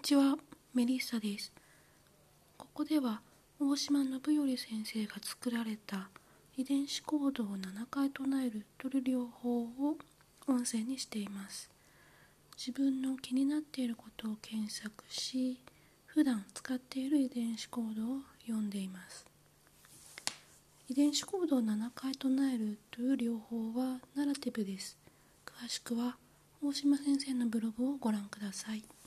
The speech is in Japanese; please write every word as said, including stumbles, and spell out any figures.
ちは、メリッサです。ここでは大島信頼先生が作られた遺伝子コードをななかい唱えるトリ療法を音声にしています。自分の気になっていることを検索し、普段使っている遺伝子コードを読んでいます。遺伝子コードをななかい唱えるという療法はナラティブです。詳しくは大島先生のブログをご覧ください。